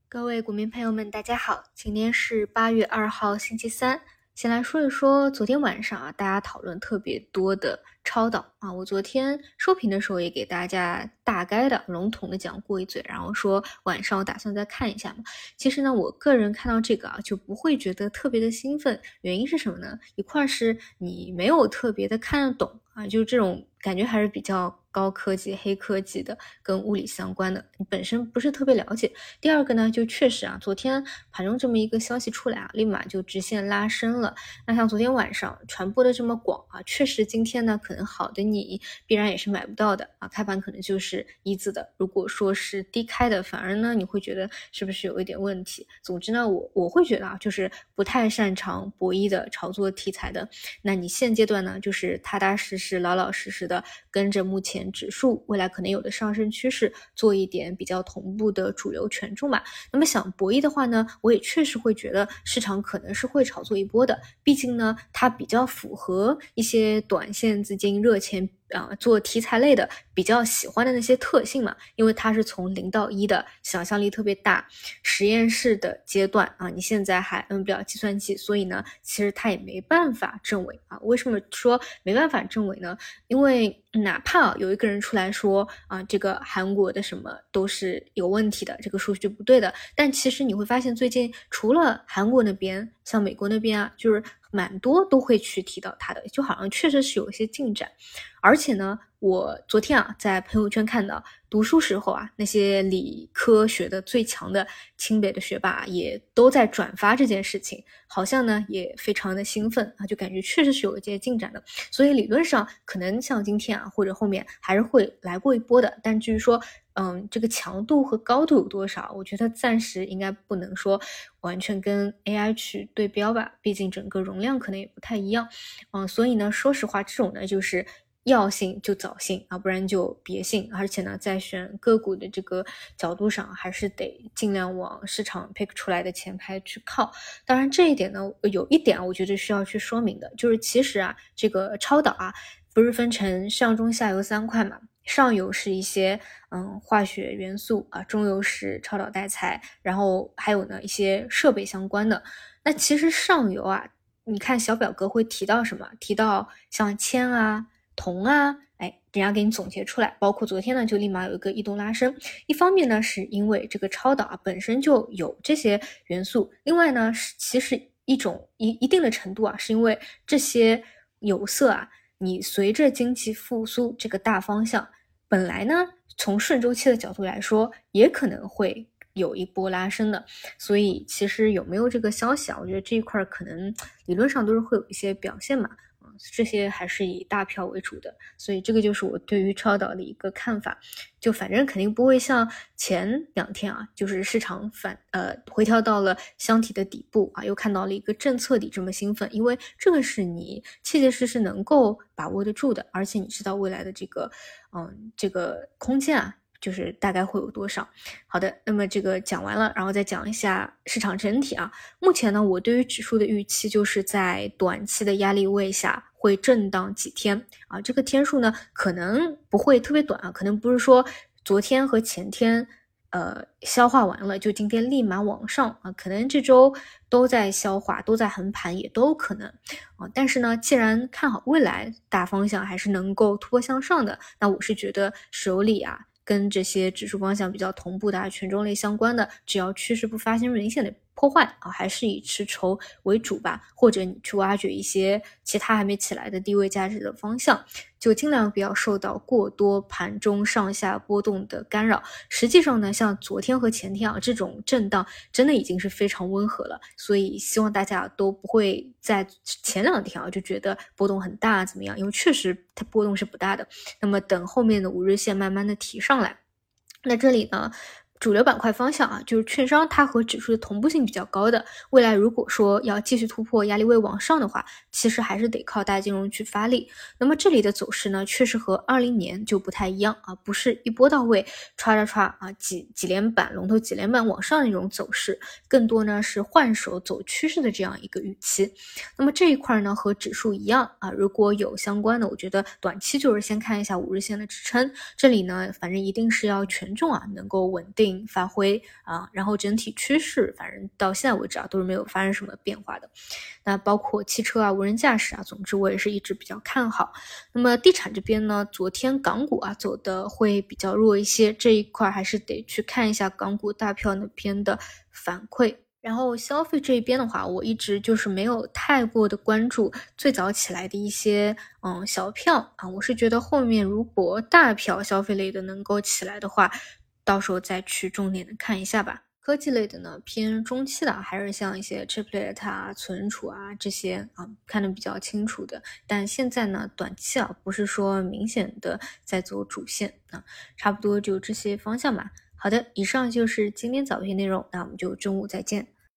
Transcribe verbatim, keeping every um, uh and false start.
各位股民朋友们，大家好，今天是八月二号，星期三。先来说一说昨天晚上啊，大家讨论特别多的超导啊，我昨天收评的时候也给大家大概的笼统的讲过一嘴，然后说晚上我打算再看一下嘛。其实呢，我个人看到这个啊，就不会觉得特别的兴奋，原因是什么呢？一块是你没有特别的看得懂啊，就是这种感觉还是比较高科技、黑科技的，跟物理相关的，你本身不是特别了解。第二个呢，就确实啊，昨天盘中这么一个消息出来啊，立马就直线拉升了。那像昨天晚上传播的这么广啊，确实今天呢，可能好的你必然也是买不到的啊，开盘可能就是一字的。如果说是低开的，反而呢，你会觉得是不是有一点问题？总之呢，我我会觉得啊，就是不太擅长博弈的炒作题材的，那你现阶段呢，就是踏踏实实、老老实实的跟着目前指数未来可能有的上升趋势，做一点比较同步的主流权重吧。那么想博弈的话呢，我也确实会觉得市场可能是会炒作一波的，毕竟呢，它比较符合一些短线资金热钱啊、呃、做题材类的比较喜欢的那些特性嘛，因为它是从零到一的，想象力特别大，实验室的阶段啊，你现在还摁不了计算器，所以呢，其实它也没办法证伪啊。为什么说没办法证伪呢？因为哪怕有一个人出来说啊，这个韩国的什么都是有问题的，这个数据不对的，但其实你会发现最近除了韩国那边，像美国那边啊，就是蛮多都会去提到它的，就好像确实是有一些进展。而且呢，我昨天啊在朋友圈看到，读书时候啊那些理科学的最强的清北的学霸也都在转发这件事情，好像呢也非常的兴奋啊，就感觉确实是有一些进展的。所以理论上可能像今天啊或者后面还是会来过一波的，但至于说嗯，这个强度和高度有多少，我觉得暂时应该不能说完全跟 A I 去对标吧，毕竟整个容量可能也不太一样。嗯，所以呢，说实话，这种呢就是要信就早信啊，不然就别信。而且呢，在选个股的这个角度上，还是得尽量往市场 pick 出来的前排去靠。当然，这一点呢，有一点我觉得需要去说明的，就是其实啊，这个超导啊，不是分成上中下游三块嘛？上游是一些嗯化学元素啊，中游是超导带材，然后还有呢一些设备相关的。那其实上游啊，你看小表格会提到什么？提到像铅啊、铜啊，哎，人家给你总结出来，包括昨天呢就立马有一个异动拉升。一方面呢是因为这个超导啊本身就有这些元素，另外呢是其实一种一一定的程度啊，是因为这些有色啊，你随着经济复苏这个大方向。本来呢，从顺周期的角度来说，也可能会有一波拉升的，所以其实有没有这个消息啊？我觉得这一块可能理论上都是会有一些表现嘛，嗯，这些还是以大票为主的，所以这个就是我对于超导的一个看法。就反正肯定不会像前两天啊，就是市场反呃回调到了箱体的底部啊，又看到了一个政策底这么兴奋，因为这个是你切切实实能够把握得住的，而且你知道未来的这个嗯这个空间啊。就是大概会有多少。好的，那么这个讲完了，然后再讲一下市场整体啊。目前呢，我对于指数的预期就是在短期的压力位下会震荡几天啊。这个天数呢，可能不会特别短啊，可能不是说昨天和前天呃消化完了就今天立马往上啊，可能这周都在消化，都在横盘，也都可能啊。但是呢，既然看好未来大方向还是能够突破向上的，那我是觉得手里啊。跟这些指数方向比较同步的啊，权重类相关的，只要趋势不发生明显的破坏啊，还是以持筹为主吧，或者你去挖掘一些其他还没起来的低位价值的方向，就尽量不要受到过多盘中上下波动的干扰。实际上呢，像昨天和前天啊这种震荡真的已经是非常温和了，所以希望大家都不会在前两天啊就觉得波动很大怎么样，因为确实它波动是不大的。那么等后面的五日线慢慢的提上来，那这里呢主流板块方向啊，就是券商它和指数的同步性比较高的，未来如果说要继续突破压力位往上的话，其实还是得靠大金融去发力。那么这里的走势呢，确实和二零年就不太一样啊，不是一波到位歘歘歘啊几几连板龙头几连板往上的那种走势，更多呢是换手走趋势的这样一个预期。那么这一块呢和指数一样啊，如果有相关的，我觉得短期就是先看一下五日线的支撑，这里呢反正一定是要权重啊能够稳定。 定发挥啊，然后整体趋势反正到现在为止啊都是没有发生什么变化的。那包括汽车啊、无人驾驶啊，总之我也是一直比较看好。那么地产这边呢，昨天港股啊走的会比较弱一些，这一块还是得去看一下港股大票那边的反馈。然后消费这边的话，我一直就是没有太过的关注最早起来的一些嗯小票啊，我是觉得后面如果大票消费类的能够起来的话，到时候再去重点的看一下吧。科技类的呢，偏中期的还是像一些 chiplet 啊、存储啊这些啊，看得比较清楚的。但现在呢，短期啊，不是说明显的在走主线啊，差不多就这些方向吧。好的，以上就是今天早评内容，那我们就中午再见。